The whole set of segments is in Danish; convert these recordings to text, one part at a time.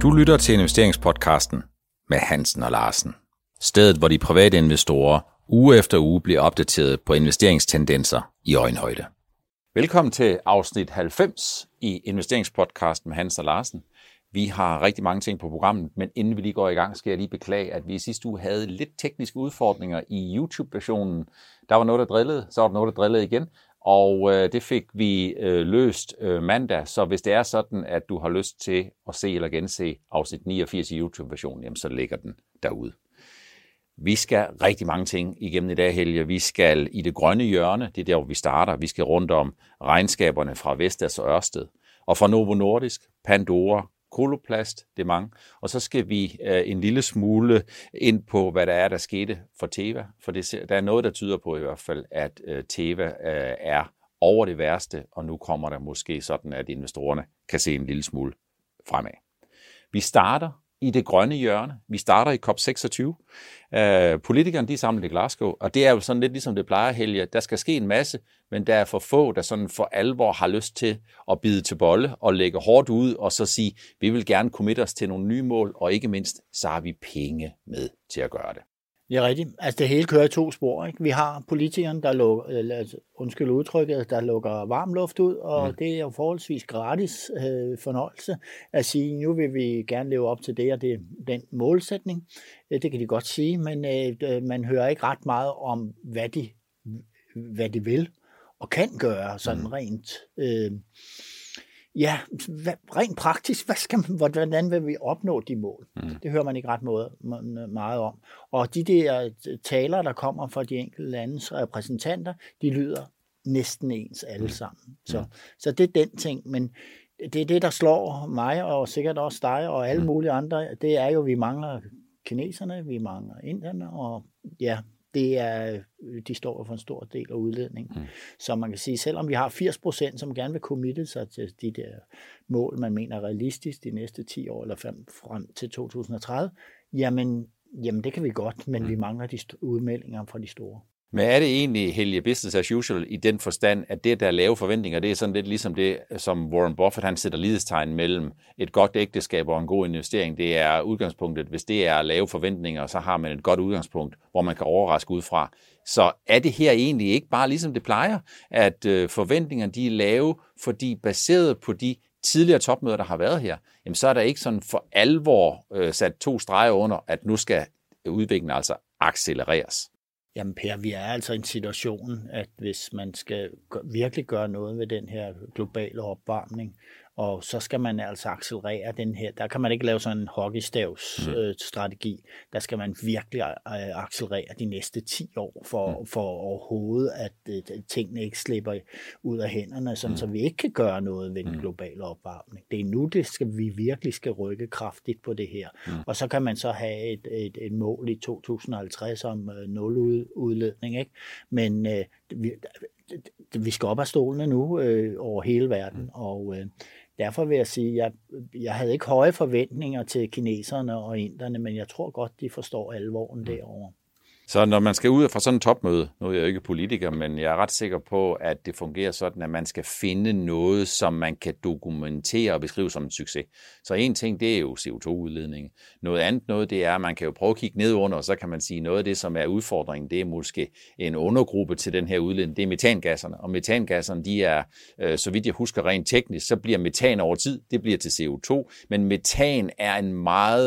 Du lytter til investeringspodcasten med Hansen og Larsen. Stedet, hvor de private investorer uge efter uge bliver opdateret på investeringstendenser i øjenhøjde. Velkommen til afsnit 90 i investeringspodcasten med Hansen og Larsen. Vi har rigtig mange ting på programmet, men inden vi lige går i gang, skal jeg lige beklage, at vi i sidste uge havde lidt tekniske udfordringer i YouTube-versionen. Der var noget, der drillede, så var der noget, der drillede igen. Og det fik vi løst mandag, så hvis det er sådan, at du har lyst til at se eller gense afsnit 89 i YouTube-versionen, jamen så ligger den derude. Vi skal rigtig mange ting igennem i dag, Helge. Vi skal i det grønne hjørne, det er der, hvor vi starter. Vi skal rundt om regnskaberne fra Vestas og Ørsted, og fra Novo Nordisk, Pandora, Coloplast, det er mange. Og så skal vi en lille smule ind på, hvad der skete for Teva. For der er noget, der tyder på i hvert fald, at Teva er over det værste, og nu kommer der måske sådan, at investorerne kan se en lille smule fremad. Vi starter i det grønne hjørne. Vi starter i COP26. Politikerne, de er samlet i Glasgow, og det er jo sådan lidt ligesom det plejer, Helge. Der skal ske en masse, men der er for få, der sådan for alvor har lyst til at bide til bolle og lægge hårdt ud og så sige, vi vil gerne committe os til nogle nye mål, og ikke mindst, så har vi penge med til at gøre det. Det er rigtigt. Altså det hele kører i to spor, ikke? Vi har politikerne, der lukker varm luft ud, og det er jo forholdsvis gratis fornøjelse at sige, nu vil vi gerne leve op til det, og det er den målsætning. Det kan de godt sige, men man hører ikke ret meget om, hvad de vil og kan gøre, sådan rent... rent praktisk, hvordan vil vi opnå de mål? Det hører man ikke ret meget om. Og de der taler, der kommer fra de enkelte landes repræsentanter, de lyder næsten ens alle sammen. Så det er den ting, men det er det, der slår mig, og sikkert også dig, og alle mulige andre, det er jo, vi mangler kineserne, vi mangler indierne, og ja, de står for en stor del af udledningen. Så man kan sige, selvom vi har 80%, som gerne vil committe sig til de der mål, man mener er realistisk de næste 10 år, eller frem til 2030, jamen det kan vi godt, men vi mangler de udmeldinger fra de store. Men er det egentlig, Helge, business as usual i den forstand, at det, der er lave forventninger, det er sådan lidt ligesom det, som Warren Buffett, han sætter lighedstegn mellem et godt ægteskab og en god investering. Det er udgangspunktet. Hvis det er lave forventninger, så har man et godt udgangspunkt, hvor man kan overraske ud fra. Så er det her egentlig ikke bare ligesom det plejer, at forventningerne de er lave, fordi baseret på de tidligere topmøder, der har været her, jamen så er der ikke sådan for alvor sat 2 streger under, at nu skal udviklingen altså accelereres. Jamen Per, vi er altså i en situation, at hvis man skal virkelig gøre noget ved den her globale opvarmning, og så skal man altså accelerere den her. Der kan man ikke lave sådan en hockeystavsstrategi. Der skal man virkelig accelerere de næste 10 år for overhovedet, at tingene ikke slipper ud af hænderne, sådan, så vi ikke kan gøre noget ved den globale opvarmning. Det er nu, vi virkelig skal rykke kraftigt på det her. Og så kan man så have et mål i 2050 om 0 udledning, ikke? Men vi skal op af stolene nu over hele verden, og derfor vil jeg sige, at jeg havde ikke høje forventninger til kineserne og inderne, men jeg tror godt, de forstår alvoren derovre. Så når man skal ud fra sådan en topmøde, nu er jeg jo ikke politiker, men jeg er ret sikker på, at det fungerer sådan, at man skal finde noget, som man kan dokumentere og beskrive som en succes. Så en ting, det er jo CO2-udledning. Noget andet, det er, at man kan jo prøve at kigge ned under, og så kan man sige, noget af det, som er udfordringen, det er måske en undergruppe til den her udledning, det er metangasserne. Og metangasserne, de er, så vidt jeg husker rent teknisk, så bliver metan over tid, det bliver til CO2, men metan er en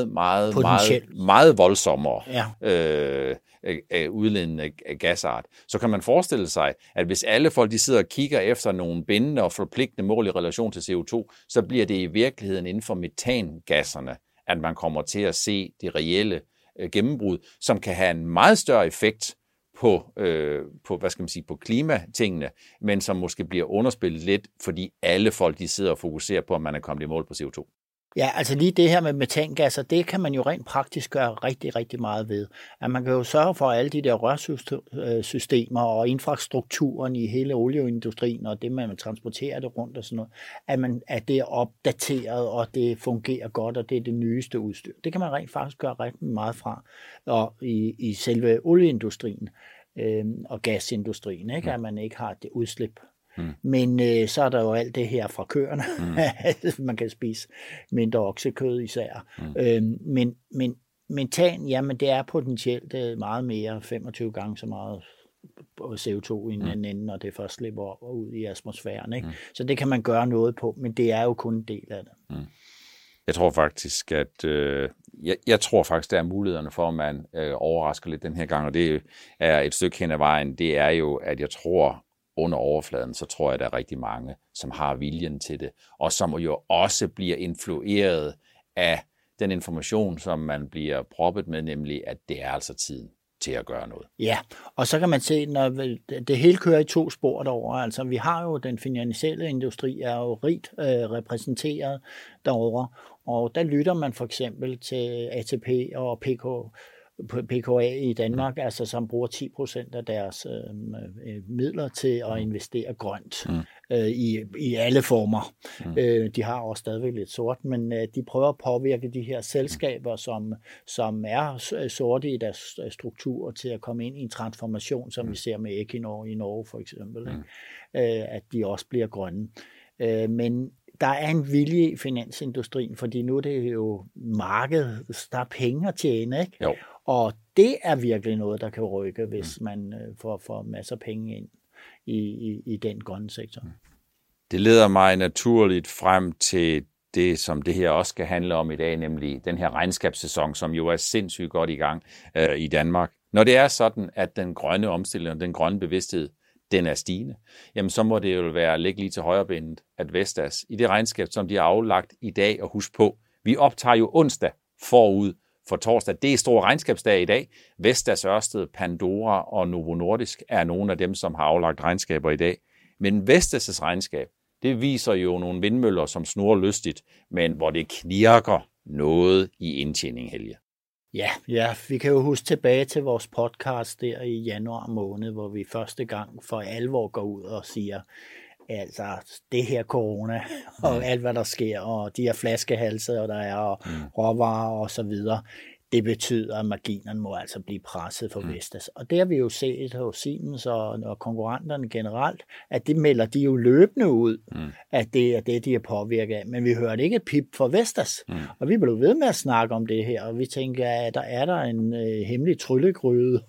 meget voldsommere udledende gasart. Så kan man forestille sig, at hvis alle folk de sidder og kigger efter nogle bindende og forpligtende mål i relation til CO2, så bliver det i virkeligheden inden for metangasserne, at man kommer til at se det reelle gennembrud, som kan have en meget større effekt på på klimatingene, men som måske bliver underspillet lidt, fordi alle folk de sidder og fokuserer på, at man er kommet i mål på CO2. Ja, altså lige det her med metangasser, det kan man jo rent praktisk gøre rigtig, rigtig meget ved. At man kan jo sørge for alle de der rørsystemer og infrastrukturen i hele olieindustrien og det, man transporterer det rundt og sådan noget, at det er opdateret, og det fungerer godt, og det er det nyeste udstyr. Det kan man rent faktisk gøre rigtig meget fra og i selve olieindustrien og gasindustrien, ikke? At man ikke har det udslip. Men så er der jo alt det her fra køerne. Man kan spise mindre oksekød især. Men metan, jamen det er potentielt meget mere, 25 gange så meget CO2 i den ende, når det først slipper ud i atmosfæren. Ikke? Så det kan man gøre noget på, men det er jo kun en del af det. Jeg tror faktisk, at jeg tror faktisk, der er mulighederne for, at man overrasker lidt den her gang, og det er et stykke hen ad vejen. Det er jo, at jeg tror, under overfladen, så tror jeg, der er rigtig mange, som har viljen til det, og som jo også bliver influeret af den information, som man bliver proppet med, nemlig at det er altså tiden til at gøre noget. Ja, og så kan man se, når det hele kører i 2 spor derovre. Altså vi har jo, den finansielle industri er jo rigt repræsenteret derovre, og der lytter man for eksempel til ATP og PKA i Danmark, altså som bruger 10% af deres midler til at investere grønt i alle former. De har også stadigvæk lidt sort, men de prøver at påvirke de her selskaber, som er sorte i deres struktur, til at komme ind i en transformation, som vi ser med Equinor i Norge for eksempel, at de også bliver grønne. Men der er en vilje i finansindustrien, fordi nu er det jo markedet, der er penge at tjene, ikke? Jo. Og det er virkelig noget, der kan rykke, hvis man får masser af penge ind i den grønne sektor. Det leder mig naturligt frem til det, som det her også skal handle om i dag, nemlig den her regnskabssæson, som jo er sindssygt godt i gang i Danmark. Når det er sådan, at den grønne omstilling og den grønne bevidsthed, den er stigende, jamen så må det jo være ligge lige til højrebenet, at Vestas i det regnskab, som de har aflagt i dag, og husk på, vi optager jo onsdag forud for torsdag. Det er store regnskabsdag i dag. Vestas, Ørsted, Pandora og Novo Nordisk er nogle af dem, som har aflagt regnskaber i dag. Men Vestas' regnskab, det viser jo nogle vindmøller, som snurrer lystigt, men hvor det knirker noget i indtjening, Helge. Ja, vi kan jo huske tilbage til vores podcast der i januar måned, hvor vi første gang for alvor går ud og siger, altså det her corona og alt hvad der sker, og de her flaskehalser, og der er og råvarer og så videre, det betyder, at marginerne må altså blive presset for Vestas. Og det har vi jo set hos Siemens og konkurrenterne generelt, at det melder de jo løbende ud, at det er det, de er påvirket af. Men vi hørte ikke et pip fra Vestas. Og vi blev ved med at snakke om det her, og vi tænker, at der er der en hemmelig tryllegryde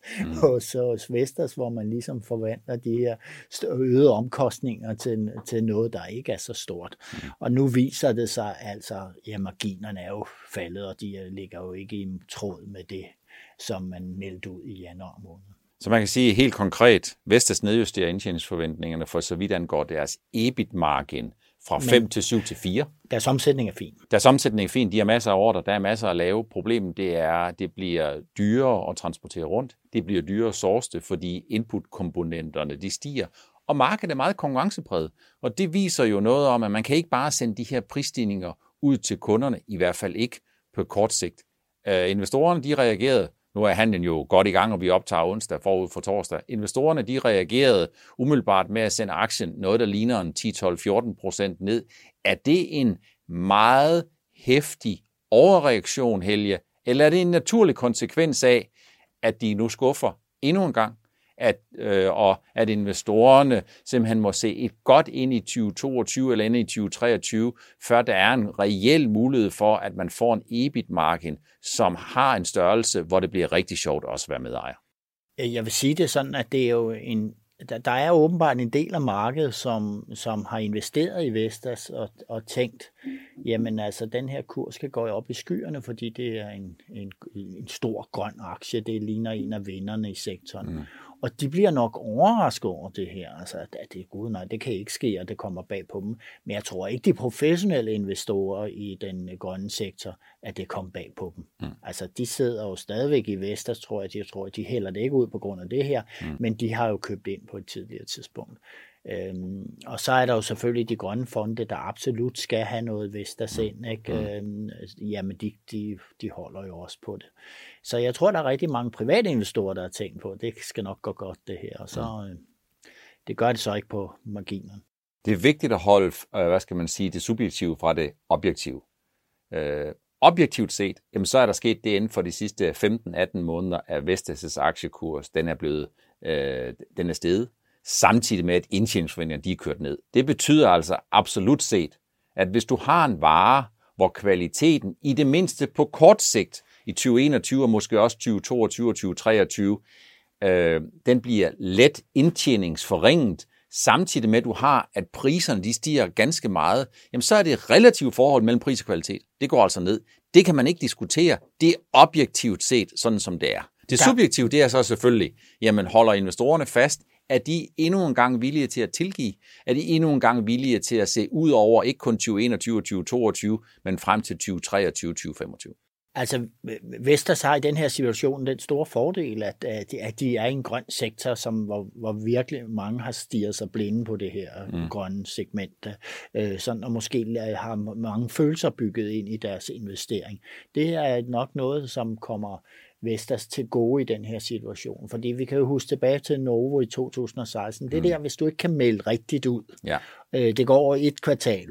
hos Vestas, hvor man ligesom forvandler de her øgede omkostninger til noget, der ikke er så stort. Og nu viser det sig altså, at marginerne er jo faldet, og de ligger jo ikke i tråd med det, som man meldte ud i januar måned. Så man kan sige helt konkret, Vestas nedjusterer indtjeningsforventningerne for så vidt angår deres EBIT-margin fra 5 til 7 til 4. Deres omsætning er fin. Deres omsætning er fin. De har masser af ordre. Der er masser at lave. Problemet det er, at det bliver dyrere at transportere rundt. Det bliver dyrere at source det, fordi input-komponenterne de stiger. Og markedet er meget konkurrencepræget. Og det viser jo noget om, at man kan ikke bare sende de her prisstigninger ud til kunderne, i hvert fald ikke på kort sigt. Investorerne, de reagerede, nu er handlen jo godt i gang, og vi optager onsdag forud for torsdag. Investorerne, de reagerede umiddelbart med at sende aktien noget, der ligner en 10-12-14% ned. Er det en meget heftig overreaktion, Helge, eller er det en naturlig konsekvens af, at de nu skuffer endnu en gang? Og at investorerne simpelthen må se et godt ind i 2022 eller ind i 2023, før der er en reel mulighed for, at man får en EBIT-margin, som har en størrelse, hvor det bliver rigtig sjovt også at være medejer. Jeg vil sige det sådan, at det er jo der er åbenbart en del af markedet, som har investeret i Vestas og tænkt, jamen altså den her kurs skal gå op i skyerne, fordi det er en stor grøn aktie. Det ligner en af vinderne i sektoren. Og de bliver nok overrasket over det her. Altså, at det er gud, nej, det kan ikke ske, og det kommer bag på dem. Men jeg tror ikke, de professionelle investorer i den grønne sektor, at det kommer bag på dem. Altså, de sidder jo stadigvæk i Vestas, tror jeg. De hælder det ikke ud på grund af det her, men de har jo købt ind på et tidligere tidspunkt. Og så er der jo selvfølgelig de grønne fonde, der absolut skal have noget Vestas ind, ikke? Jamen de holder jo også på det. Så jeg tror, der er rigtig mange private investorer, der har tænkt på, det skal nok gå godt det her, og så det gør det så ikke på marginerne. Det er vigtigt at holde, det subjektive fra det objektive. Objektivt set, jamen så er der sket det inden for de sidste 15-18 måneder, at Vestas' aktiekurs, den er steget. samtidig med, at indtjeningsforventningerne de er kørt ned. Det betyder altså absolut set, at hvis du har en vare, hvor kvaliteten i det mindste på kort sigt, i 2021 og måske også 2022 og 2023, den bliver let indtjeningsforringet, samtidig med, at du har, at priserne de stiger ganske meget, jamen så er det relativt forhold mellem pris og kvalitet. Det går altså ned. Det kan man ikke diskutere. Det er objektivt set, sådan som det er. Det subjektive, det er så selvfølgelig, jamen holder investorerne fast, er de endnu en gang villige til at tilgive? Er de endnu en gang villige til at se ud over ikke kun 2021 og 2022, men frem til 2023 og 2025? Altså, Vestas har i den her situation den store fordel, at de er i en grøn sektor, hvor virkelig mange har stirret sig blinde på det her grønne segment, sådan, og måske har mange følelser bygget ind i deres investering. Det er nok noget, som kommer Vestas til gode i den her situation, fordi vi kan jo huske tilbage til Novo i 2016. Det der, hvis du ikke kan melde rigtigt ud, det går over et kvartal,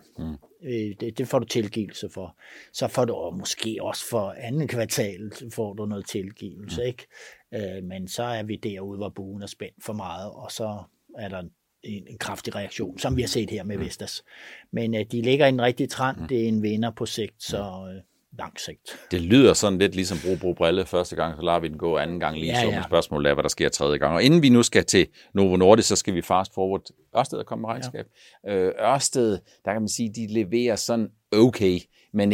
det får du tilgivelse for. Så får du måske også for andet kvartal, får du noget tilgivelse, ikke? Men så er vi derude, hvor buen er spændt for meget, og så er der en kraftig reaktion, som vi har set her med Vestas. Men de ligger i en rigtig trend, det er en vinder på sigt, så lang sigt. Det lyder sådan lidt ligesom brug brille første gang, så lader vi den gå anden gang lige, så spørgsmålet er, hvad der sker tredje gang. Og inden vi nu skal til Novo Nordisk, så skal vi fast forward. Ørsted er kommet med regnskab. Ørsted, der kan man sige, de leverer sådan okay, men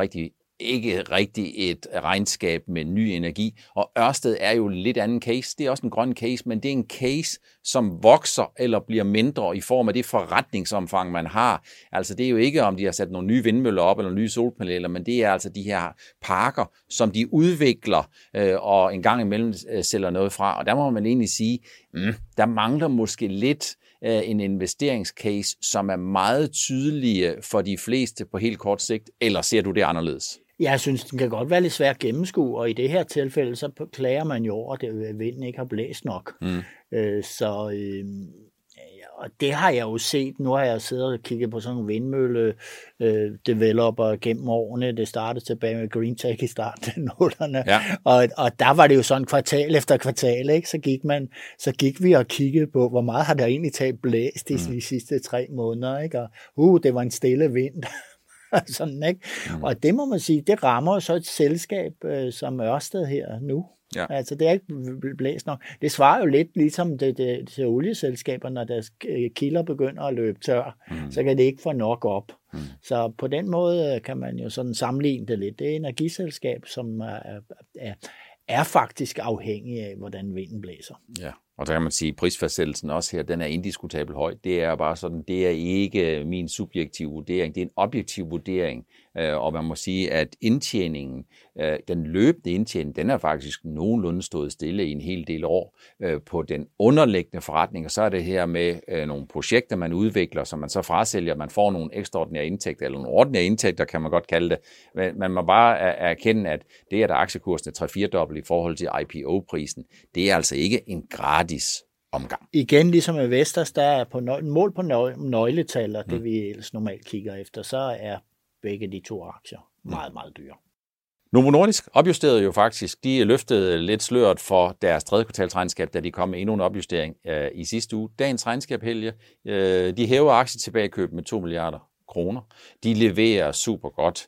ikke rigtig et regnskab med ny energi. Og Ørsted er jo lidt anden case. Det er også en grøn case, men det er en case, som vokser eller bliver mindre i form af det forretningsomfang, man har. Altså det er jo ikke, om de har sat nogle nye vindmøller op eller nye solpaneler, men det er altså de her parker, som de udvikler og en gang imellem sælger noget fra. Og der må man egentlig sige, der mangler måske lidt en investeringscase, som er meget tydelig for de fleste på helt kort sigt, eller ser du det anderledes? Jeg synes, den kan godt være lidt svær at gennemskue, og i det her tilfælde, så klager man jo over, at vinden ikke har blæst nok. Og det har jeg jo set. Nu har jeg siddet og kigget på sådan en vindmølle-developer gennem årene. Det startede tilbage med Greentech i starten af 00'erne. Ja. Og der var det jo sådan kvartal efter kvartal, ikke? Så gik vi og kiggede på, hvor meget har der egentlig taget blæst i de sidste 3 måneder, ikke? Og det var en stille vind. Sådan, ikke? Og det må man sige, det rammer så et selskab som Ørsted her nu. Ja. Altså det er ikke blæst nok. Det svarer jo lidt ligesom det til olieselskaber, når deres kilder begynder at løbe tør, så kan det ikke få nok op. Så på den måde kan man jo sådan sammenligne det lidt. Det er energiselskab, som er faktisk afhængig af, hvordan vinden blæser. Ja. Og så kan man sige, at prisfastsættelsen også her, den er indiskutabel høj. Det er bare sådan, det er ikke min subjektive vurdering, det er en objektiv vurdering. Og man må sige, at indtjeningen, den løbende indtjening, den er faktisk nogenlunde stået stille i en hel del år på den underliggende forretning. Og så er det her med nogle projekter, man udvikler, som man så frasælger, man får nogle ekstraordinære indtægter, eller nogle ordinære indtægter, kan man godt kalde det. Men man må bare erkende, at det, at aktiekursen er 3-4-dobbelt i forhold til IPO-prisen, det er altså ikke en gratis omgang. Igen, ligesom med Vestas, der er på mål på nøgletal, og det vi ellers normalt kigger efter, så er begge de 2 aktier meget, meget dyre. Novo Nordisk opjusterede jo faktisk, de løftede lidt sløret for deres tredje kvartalsregnskab, da de kom med endnu en opjustering i sidste uge. Dagens regnskab, Helge, de hæver aktietilbagekøb med 2 milliarder kroner. De leverer super godt.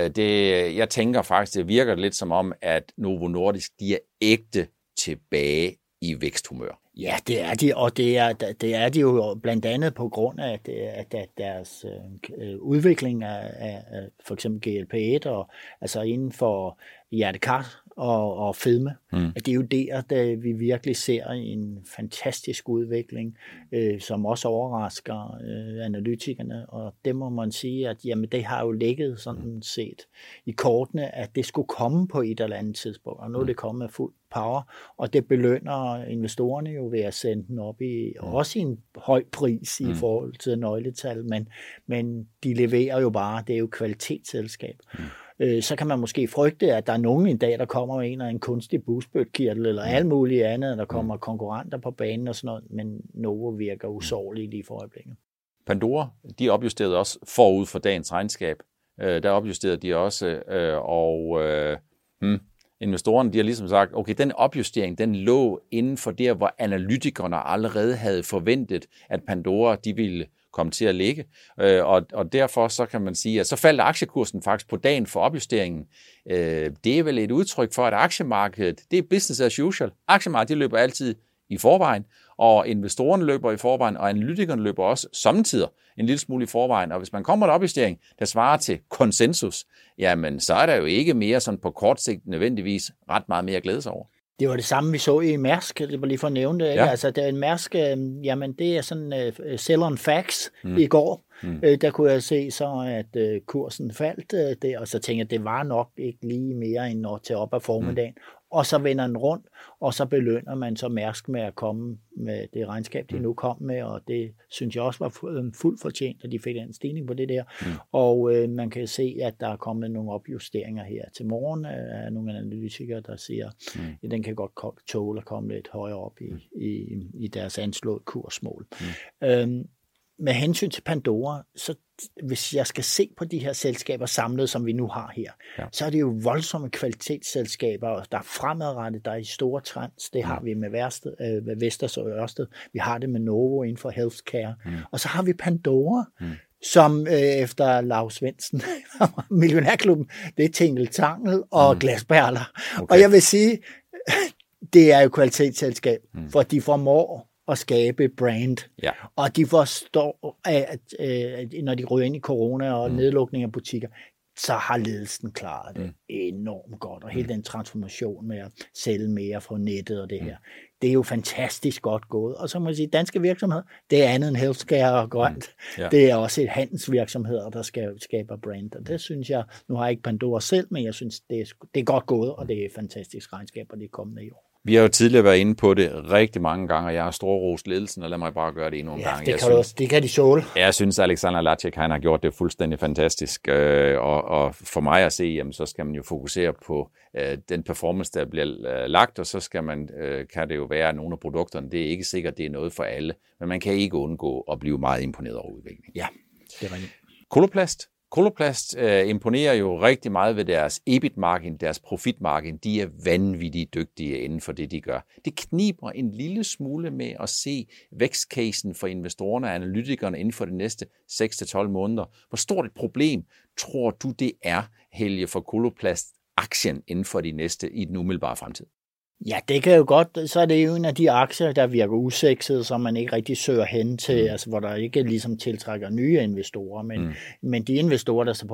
Jeg tænker faktisk, det virker lidt som om, at Novo Nordisk, de er ægte tilbage i væksthumør. Ja, det er de, og det er de jo blandt andet på grund af at deres udvikling af for eksempel GLP-1, og altså inden for hjertekar og fedme. At det er jo der vi virkelig ser en fantastisk udvikling, som også overrasker analytikerne, og det må man sige, at jamen, det har jo ligget sådan set i kortene, at det skulle komme på et eller andet tidspunkt, og nu er det kommet med fuld power, og det belønner investorerne jo ved at sende den op i, også i en høj pris i forhold til nøgletal, men de leverer jo bare, det er jo kvalitetsselskab. Så kan man måske frygte, at der er nogen en dag, der kommer en kunstig bugspytkirtel, eller alt muligt andet, der kommer konkurrenter på banen og sådan noget, men Novo virker usårligt lige for øjeblikket. Pandora, de opjusterede også forud for dagens regnskab. Der opjusterede de også, investorerne, de har ligesom sagt, okay, den opjustering, den lå inden for der, hvor analytikerne allerede havde forventet, at Pandora, de ville komme til at ligge. Og derfor så kan man sige, at så faldt aktiekursen faktisk på dagen for opjusteringen. Det er vel et udtryk for, at aktiemarkedet, det er business as usual. Aktiemarkedet, det løber altid i forvejen, og investorerne løber i forvejen, og analytikerne løber også samtidig en lille smule i forvejen. Og hvis man kommer til opjustering, der svarer til konsensus, jamen så er der jo ikke mere sådan på kort sigt nødvendigvis ret meget mere at glæde sig over. Det var det samme, vi så i Mærsk, det var lige for at nævne det. Ja. Altså, det er en Mærsk, jamen det er sådan sell on facts i går. Der kunne jeg se så, at kursen faldt der, og så tænkte jeg, at det var nok ikke lige mere end når til op ad formiddagen. Og så vender den rundt, og så belønner man så Mærsk med at komme med det regnskab, de nu kom med, og det synes jeg også var fuldt fortjent, at de fik en stigning på det der. Og man kan se, at der er kommet nogle opjusteringer her til morgen af nogle analytikere, der siger, at den kan godt tåle at komme lidt højere op i deres anslået kursmål. Med hensyn til Pandora, så hvis jeg skal se på de her selskaber samlet, som vi nu har her, så er det jo voldsomme kvalitetsselskaber, og der er fremadrettet, der er i store trends. Det har vi med Vestas og Ørsted. Vi har det med Novo inden for healthcare. Og så har vi Pandora, som efter Lars Svendsen, Millionærklubben, det er Tingeltangel og glasperler. Okay. Og jeg vil sige, det er jo kvalitetsselskab, for de formår at skabe brand. Ja. Og de forstår, at når de ryger ind i corona og nedlukning af butikker, så har ledelsen klaret det enormt godt. Og hele den transformation med at sælge mere fra nettet og det her, det er jo fantastisk godt gået. Og så må jeg sige, danske virksomheder, det er andet end healthcare og grønt. Det er også et handelsvirksomheder, der skaber brand. Og det synes jeg, nu har jeg ikke Pandora selv, men jeg synes, det er godt gået, og det er fantastisk regnskaber, det er kommende i år. Vi har jo tidligere været inde på det rigtig mange gange, og jeg har storrost ledelsen, og lad mig bare gøre det endnu en gang. Det kan de såle. Jeg synes, Alexander Lacek, han har gjort det fuldstændig fantastisk, og for mig at se, jamen, så skal man jo fokusere på den performance, der bliver lagt, og så skal man, kan det jo være, at nogle af produkterne, det er ikke sikkert, det er noget for alle, men man kan ikke undgå at blive meget imponeret over udviklingen. Ja, det er rigtigt. Coloplast imponerer jo rigtig meget ved deres EBIT-margin, deres profitmargin. De er vanvittigt dygtige inden for det, de gør. Det kniber en lille smule med at se vækstcasen for investorerne og analytikerne inden for de næste 6-12 måneder. Hvor stort et problem tror du, det er, Helge, for Coloplast-aktien inden for i den umiddelbare fremtid? Ja, det kan jo godt, så er det jo en af de aktier, der virker usekset, som man ikke rigtig søger hen til, altså hvor der ikke ligesom tiltrækker nye investorer, men de investorer, der så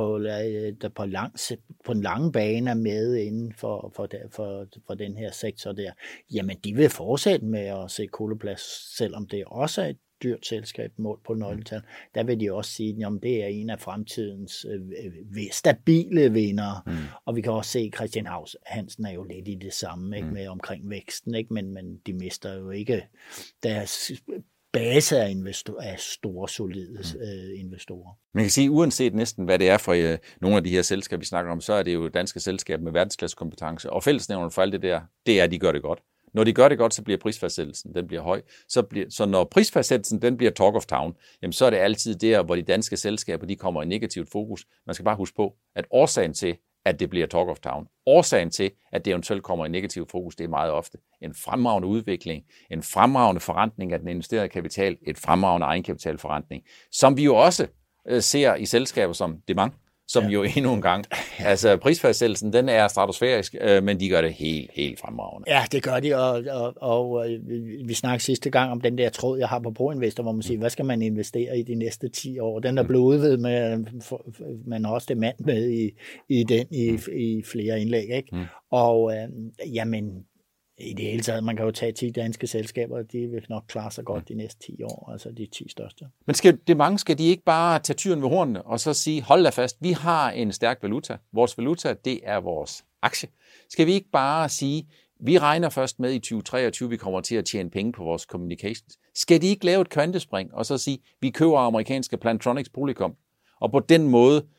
på en lang bane er med inden for den her sektor der, jamen de vil fortsætte med at se Coloplast, selvom det også er et dyrt selskab målt på nøgletal, der vil de også sige, at det er en af fremtidens stabile vindere. Og vi kan også se, at Christian Hansen er jo lidt i det samme ikke, med omkring væksten, ikke? Men de mister jo ikke deres base af store, solide investorer. Man kan sige, uanset næsten, hvad det er for nogle af de her selskaber, vi snakker om, så er det jo danske selskaber med verdensklassekompetence. Og fællesnævnerne for alt det der, det er, at de gør det godt. Når de gør det godt, så bliver prisfastsættelsen, den bliver høj. Så når prisfastsættelsen, den bliver talk of town, jamen så er det altid der, hvor de danske selskaber, de kommer i negativt fokus. Man skal bare huske på, at årsagen til, at det bliver talk of town, årsagen til, at det eventuelt kommer i negativt fokus, det er meget ofte en fremragende udvikling, en fremragende forrentning af den investerede kapital, et fremragende egenkapitalforrentning, som vi jo også ser i selskaber som Demant, som jo endnu en gang, altså prisfastsættelsen, den er stratosfærisk, men de gør det helt fremragende. Ja, det gør de, og vi snakkede sidste gang om den der tråd, jeg har på ProInvestor, hvor man siger, hvad skal man investere i de næste 10 år? Den er blevet udvidet med, man har også Demant med i flere indlæg, ikke? Og jamen, i det hele taget, man kan jo tage 10 danske selskaber, de vil nok klare sig godt de næste 10 år, altså de 10 største. Men skal de ikke bare tage tyren ved hornene og så sige, hold da fast, vi har en stærk valuta. Vores valuta, det er vores aktie. Skal vi ikke bare sige, vi regner først med i 2023, vi kommer til at tjene penge på vores communications. Skal de ikke lave et kvantespring og så sige, vi køber amerikanske Plantronics Polycom, og på den måde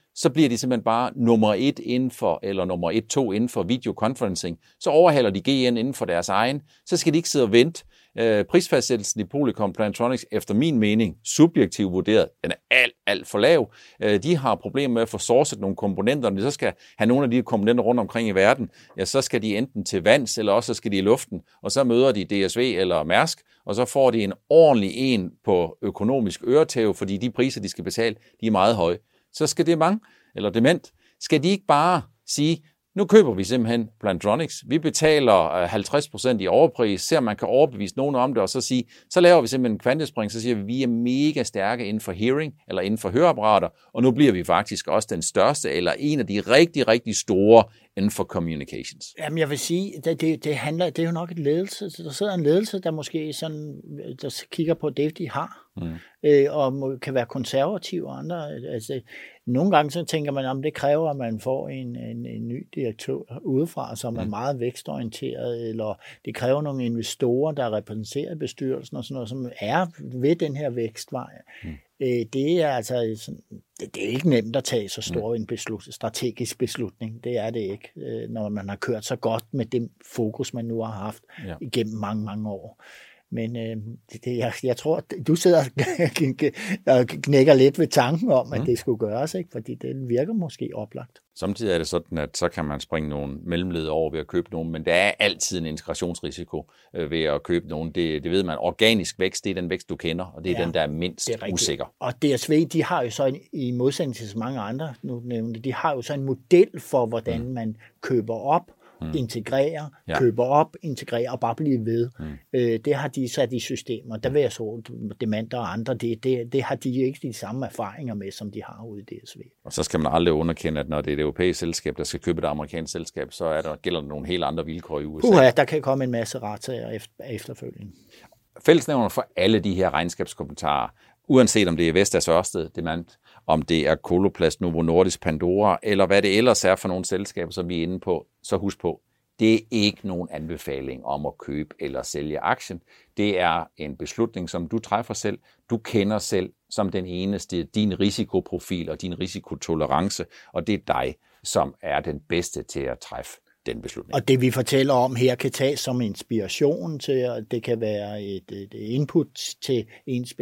så bliver de simpelthen bare nummer 1 inden for, eller nummer 1-2 inden for videoconferencing. Så overhaler de GN inden for deres egen. Så skal de ikke sidde og vente. Prisfastsættelsen i Polycom Plantronics, efter min mening, subjektivt vurderet, den er alt for lav. De har problemer med at få sourcet nogle komponenter. Når de så skal have nogle af de komponenter rundt omkring i verden, ja, så skal de enten til vands, eller også skal de i luften. Og så møder de DSV eller Mærsk, og så får de en ordentlig en på økonomisk øretæve, fordi de priser, de skal betale, de er meget høje. Så skal Dement, skal de ikke bare sige, nu køber vi simpelthen Plantronics, vi betaler 50% i overpris, ser om man kan overbevise nogen om det, og så sige, så laver vi simpelthen en kvantespring, så siger vi, vi er mega stærke inden for hearing, eller inden for høreapparater, og nu bliver vi faktisk også den største, eller en af de rigtig, rigtig store inden for communications. Jamen jeg vil sige, det er jo nok et ledelse, der sidder en ledelse, der måske sådan, der kigger på det, de har, og kan være konservativ og andre. Altså, nogle gange så tænker man, om det kræver, at man får en ny direktør udefra, som er meget vækstorienteret, eller det kræver nogle investorer, der repræsenterer bestyrelsen og sådan noget, som er ved den her vækstvej. Det er altså sådan, det er ikke nemt at tage så stor en strategisk beslutning. Det er det ikke, når man har kørt så godt med det fokus, man nu har haft igennem mange år. Men jeg tror, du sidder og knækker lidt ved tanken om, at det skulle gøres, ikke? Fordi det virker måske oplagt. Samtidig er det sådan, at så kan man springe nogle mellemled over ved at købe nogen, men der er altid en integrationsrisiko ved at købe nogen. Det ved man. Organisk vækst, det er den vækst, du kender, og det er den, der er mindst usikker. Og DSV, de har jo så i modsætning til så mange andre, nu nævnte, de har jo så en model for, hvordan man køber op, integrerer, køber op, integrerer og bare blive ved. Det har de sat i systemer. Der vil jeg så Demant og andre, det har de ikke de samme erfaringer med, som de har ude i DSV. Og så skal man aldrig underkende, at når det er et europæisk selskab, der skal købe et amerikansk selskab, så gælder der nogle helt andre vilkår i USA. Der kan komme en masse retssager efterfølgende. Fællesnævner for alle de her regnskabskommentarer, uanset om det er Vestas, Ørsted, Demant, om det er Coloplast, Novo Nordisk, Pandora, eller hvad det ellers er for nogle selskaber, som vi er inde på, så husk på, det er ikke nogen anbefaling om at købe eller sælge aktien. Det er en beslutning, som du træffer selv. Du kender selv som den eneste din risikoprofil og din risikotolerance, og det er dig, som er den bedste til at træffe den beslutning. Og det vi fortæller om her kan tages som inspiration til, at det kan være et input til ens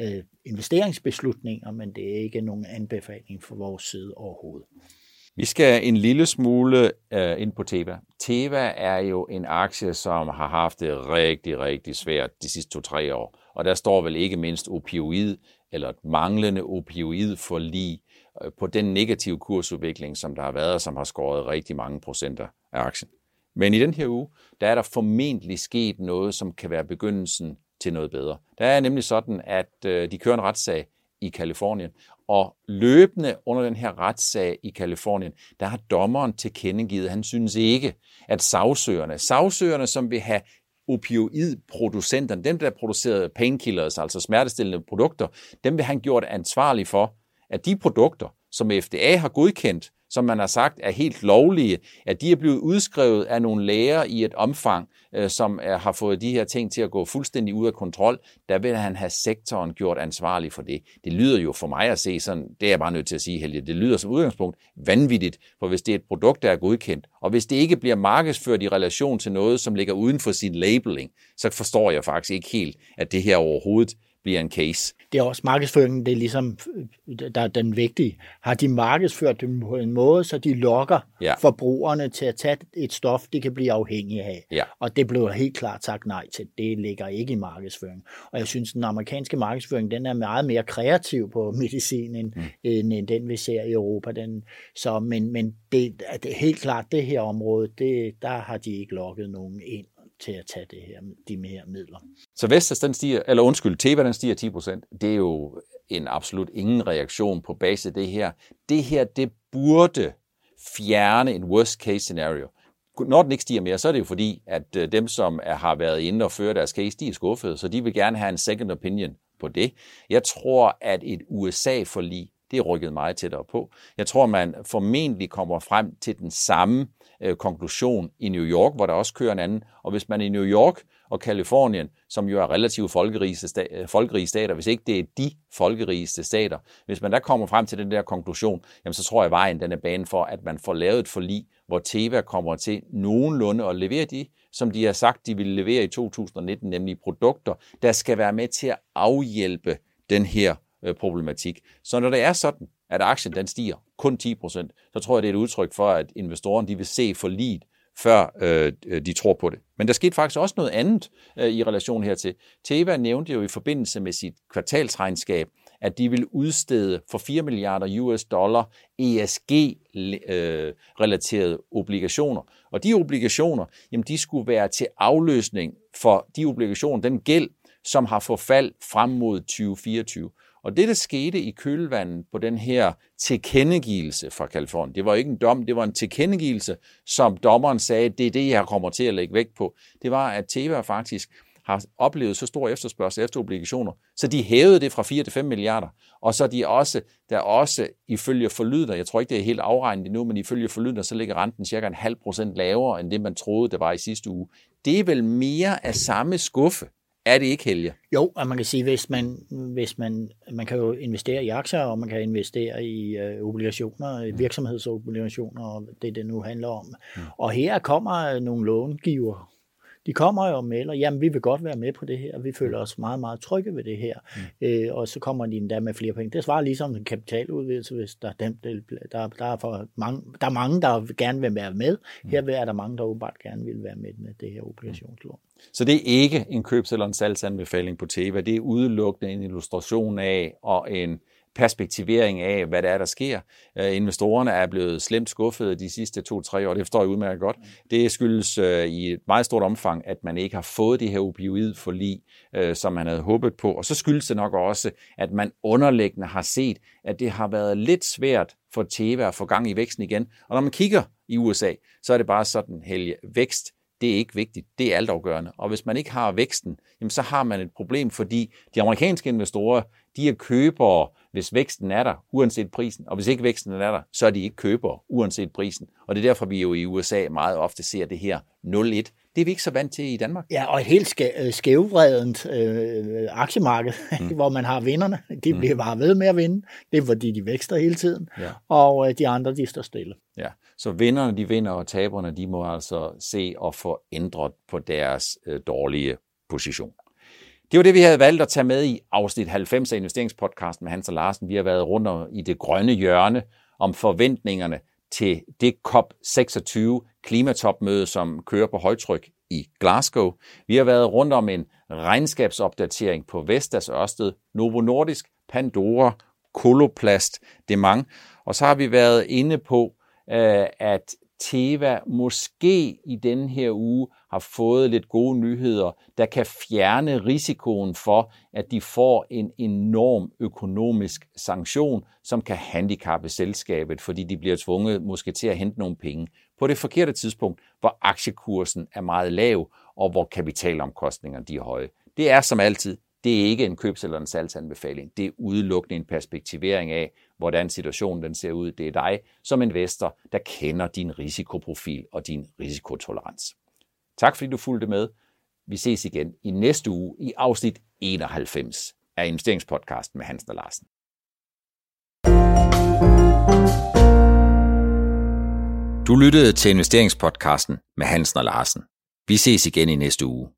investeringsbeslutninger, men det er ikke nogen anbefaling fra vores side overhovedet. Vi skal en lille smule ind på Teva. Teva er jo en aktie, som har haft det rigtig, rigtig svært de sidste 2-3 år. Og der står vel ikke mindst opioid, eller et manglende opioidforlig på den negative kursudvikling, som der har været, som har skåret rigtig mange procenter af aktien. Men i den her uge, der er der formentlig sket noget, som kan være begyndelsen til noget bedre. Der er nemlig sådan, at de kører en retssag i Kalifornien, og løbende under den her retssag i Kalifornien, der har dommeren tilkendegivet, han synes ikke, at sagsøgerne, som vil have opioidproducenterne, dem der producerede painkillers, altså smertestillende produkter, dem vil han gjort ansvarlig for, at de produkter, som FDA har godkendt, som man har sagt er helt lovlige, at de er blevet udskrevet af nogle læger i et omfang, som har fået de her ting til at gå fuldstændig ud af kontrol, der vil han have sektoren gjort ansvarlig for det. Det lyder jo for mig at se sådan, det er jeg bare nødt til at sige, Helge, det lyder som udgangspunkt vanvittigt, for hvis det er et produkt, der er godkendt, og hvis det ikke bliver markedsført i relation til noget, som ligger uden for sin labeling, så forstår jeg faktisk ikke helt, at det her overhovedet bliver en case. Det er også markedsføringen, det er ligesom, der er den vigtige. Har de markedsført det på en måde, så de lokker forbrugerne til at tage et stof, de kan blive afhængige af. Ja. Og det blev helt klart sagt nej til. Det ligger ikke i markedsføring. Og jeg synes, den amerikanske markedsføring, den er meget mere kreativ på medicin, end den vi ser i Europa. Men det er helt klart, det her område, der har de ikke lokket nogen ind til at tage de mere midler. Så Vestas, Teva, den stiger 10%. Det er jo en absolut ingen reaktion på basis af det her. Det her, det burde fjerne en worst case scenario. Når den ikke stiger mere, så er det jo fordi, at dem, som har været inde og fører deres case, de er skuffede, så de vil gerne have en second opinion på det. Jeg tror, at et USA-forlig, det er rykket meget tættere på. Jeg tror, man formentlig kommer frem til den samme konklusion i New York, hvor der også kører en anden. Og hvis man i New York og Kalifornien, som jo er relativt folkerige stater, hvis ikke det er de folkerigeste stater, hvis man der kommer frem til den der konklusion, jamen så tror jeg vejen den er banen for, at man får lavet et forlig, hvor Teva kommer til nogenlunde at levere de, som de har sagt, de ville levere i 2019, nemlig produkter, der skal være med til at afhjælpe den her problematik. Så når det er sådan, at aktien den stiger kun 10%, så tror jeg, det er et udtryk for, at investorerne de vil se forliget, før de tror på det. Men der skete faktisk også noget andet i relation hertil. Teva nævnte jo i forbindelse med sit kvartalsregnskab, at de vil udstede for $4 milliarder ESG-relaterede obligationer. Og de obligationer, jamen de skulle være til afløsning for de obligationer, den gæld, som har forfald frem mod 2024. Og det, der skete i kølvandet på den her tilkendegivelse fra Kalifornien, det var ikke en dom, det var en tilkendegivelse, som dommeren sagde, det er det, jeg kommer til at lægge vægt på. Det var, at Teva faktisk har oplevet så stor efterspørgsel efter obligationer, så de hævede det fra 4 til 5 milliarder. Og så der også ifølge forlydender, jeg tror ikke, det er helt afregnet endnu, men ifølge forlydender, så ligger renten cirka 0,5% lavere, end det man troede, det var i sidste uge. Det er vel mere af samme skuffe. Er det ikke, Helge? Jo, og man kan sige, hvis man kan jo investere i aktier, og man kan investere i obligationer, virksomhedsobligationer, og det nu handler om. Og her kommer nogle långiver. De kommer jo med, og jamen, vi vil godt være med på det her, vi føler os meget, meget trygge ved det her, og så kommer de endda med flere penge. Det svarer ligesom en kapitaludvidelse, hvis der er mange, der gerne vil være med. Her er der mange, der åbenbart gerne vil være med det her obligationslån. Så det er ikke en købs- eller en salgsanbefaling på Teva, det er udelukkende en illustration af og en perspektivering af, hvad der sker. Investorerne er blevet slemt skuffede de sidste 2-3 år, det forstår jeg udmærket godt. Det skyldes i et meget stort omfang, at man ikke har fået det her opioidforlig, som man havde håbet på. Og så skyldes det nok også, at man underliggende har set, at det har været lidt svært for Teva at få gang i væksten igen. Og når man kigger i USA, så er det bare sådan, Helge, vækst, det er ikke vigtigt, det er altafgørende. Og hvis man ikke har væksten, jamen så har man et problem, fordi de amerikanske investorer, de er købere, hvis væksten er der, uanset prisen. Og hvis ikke væksten er der, så er de ikke købere, uanset prisen. Og det er derfor, vi jo i USA meget ofte ser det her 0-1. Det er vi ikke så vant til i Danmark. Ja, og et helt skævvredent aktiemarked, hvor man har vinderne. De bliver bare ved med at vinde. Det er, fordi de vækster hele tiden. Ja. Og de andre, de står stille. Ja, så vinderne, de vinder, og taberne, de må altså se og få ændret på deres dårlige position. Det var det, vi havde valgt at tage med i afsnit 90 af investeringspodcasten med Hans og Larsen. Vi har været rundt i det grønne hjørne om forventningerne til det COP26 klimatopmøde, som kører på højtryk i Glasgow. Vi har været rundt om en regnskabsopdatering på Vestas, Ørsted, Novo Nordisk, Pandora, Coloplast, Demant. Og så har vi været inde på, at Teva måske i denne her uge har fået lidt gode nyheder, der kan fjerne risikoen for, at de får en enorm økonomisk sanktion, som kan handicappe selskabet, fordi de bliver tvunget måske til at hente nogle penge på det forkerte tidspunkt, hvor aktiekursen er meget lav, og hvor kapitalomkostningerne de er høje. Det er som altid, det er ikke en købs- eller en salgsanbefaling. Det er udelukkende en perspektivering af, hvordan situationen den ser ud. Det er dig som investor, der kender din risikoprofil og din risikotolerans. Tak fordi du fulgte med. Vi ses igen i næste uge i afsnit 91 af investeringspodcasten med Hans og Larsen. Du lyttede til investeringspodcasten med Hans og Larsen. Vi ses igen i næste uge.